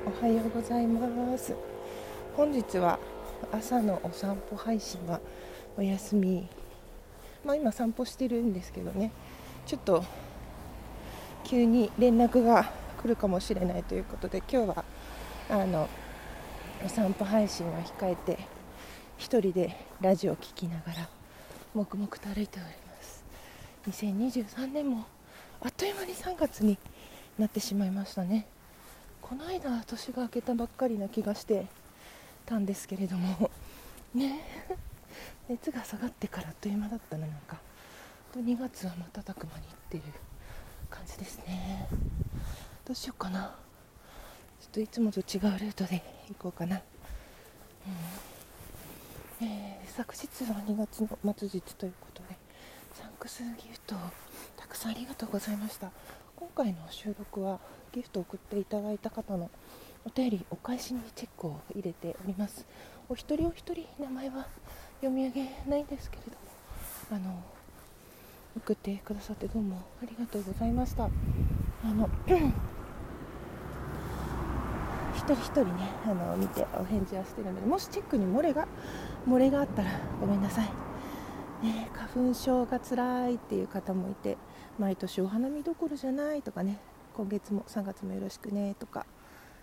おはようございます。本日は朝のお散歩配信はお休み。今散歩してるんですけどね、ちょっと急に連絡が来るかもしれないということで、今日はお散歩配信は控えて一人でラジオを聞きながら黙々と歩いております。2023年もあっという間に3月になってしまいましたね。この間年が明けたばっかりな気がしてたんですけれどもね、熱が下がってからあっという間だったな。2月は瞬く間にっていう感じですね。どうしようかな。ちょっといつもと違うルートで行こうかな。昨日は2月の末日ということで、サンクスギフトたくさんありがとうございました。今回の収録はギフトを送っていただいた方のお便りお返しにチェックを入れております。お一人お一人名前は読み上げないんですけれども、送ってくださってどうもありがとうございました。一人一人ね、見てお返事はしてるので、もしチェックに漏れがあったらごめんなさい、花粉症がつらいっていう方もいて、毎年お花見どころじゃないとかね、今月も3月もよろしくねとか、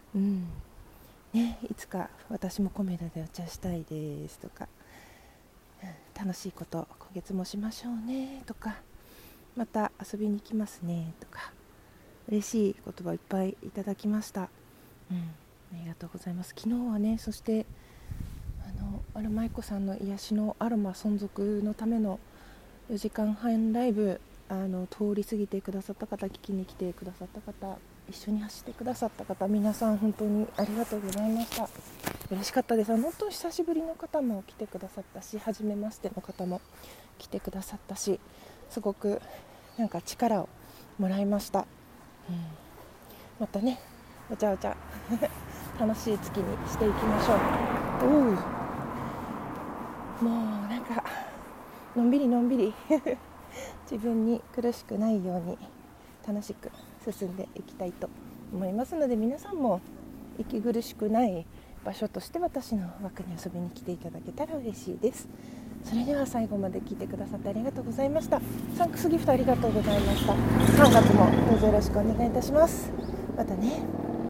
いつか私もコメダでお茶したいですとか、楽しいこと今月もしましょうねとか、また遊びに行きますねとか、嬉しい言葉いっぱいいただきました。ありがとうございます。昨日はね、そしてアロマイコさんの癒しのアロマ存続のための4時間半ライブ、通り過ぎてくださった方、聞きに来てくださった方、一緒に走ってくださった方、皆さん本当にありがとうございました。嬉しかったです。本当に久しぶりの方も来てくださったし、初めましての方も来てくださったし、すごく力をもらいました。またね、わちゃわちゃ楽しい月にしていきましょう。もうのんびり自分に苦しくないように楽しく進んでいきたいと思いますので、皆さんも息苦しくない場所として私の枠に遊びに来ていただけたら嬉しいです。それでは最後まで聞いてくださってありがとうございました。サンクスギフトありがとうございました。3月もどうぞよろしくお願いいたします。またね。